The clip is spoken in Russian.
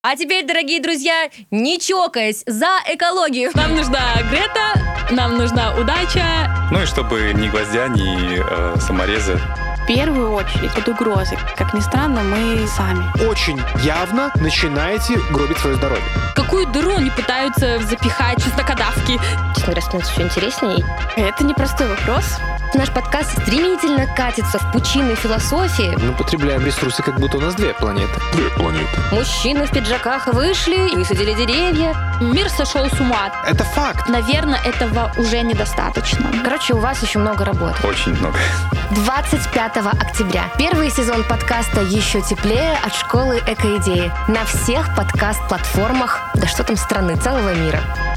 А теперь, дорогие друзья, не чокаясь, за экологию. Нам нужна Грета, нам нужна удача. Ну и чтобы ни гвоздя, ни саморезы. В первую очередь под угрозой. Как ни странно, мы сами. Очень явно начинаете гробить свое здоровье. Какую дыру они пытаются запихать чеснокодавки? Честно говоря, становится все интереснее. Это непростой вопрос. Наш подкаст стремительно катится в пучины философии. Мы потребляем ресурсы, как будто у нас две планеты. Мужчины в пиджаках вышли, высадили деревья. Мир сошел с ума. Это факт. Наверное, этого уже недостаточно. Короче, у вас еще много работы. Очень много. 25 октября. Первый сезон подкаста «Еще теплее» от школы Экоидеи. На всех подкаст-платформах, да что там страны, целого мира.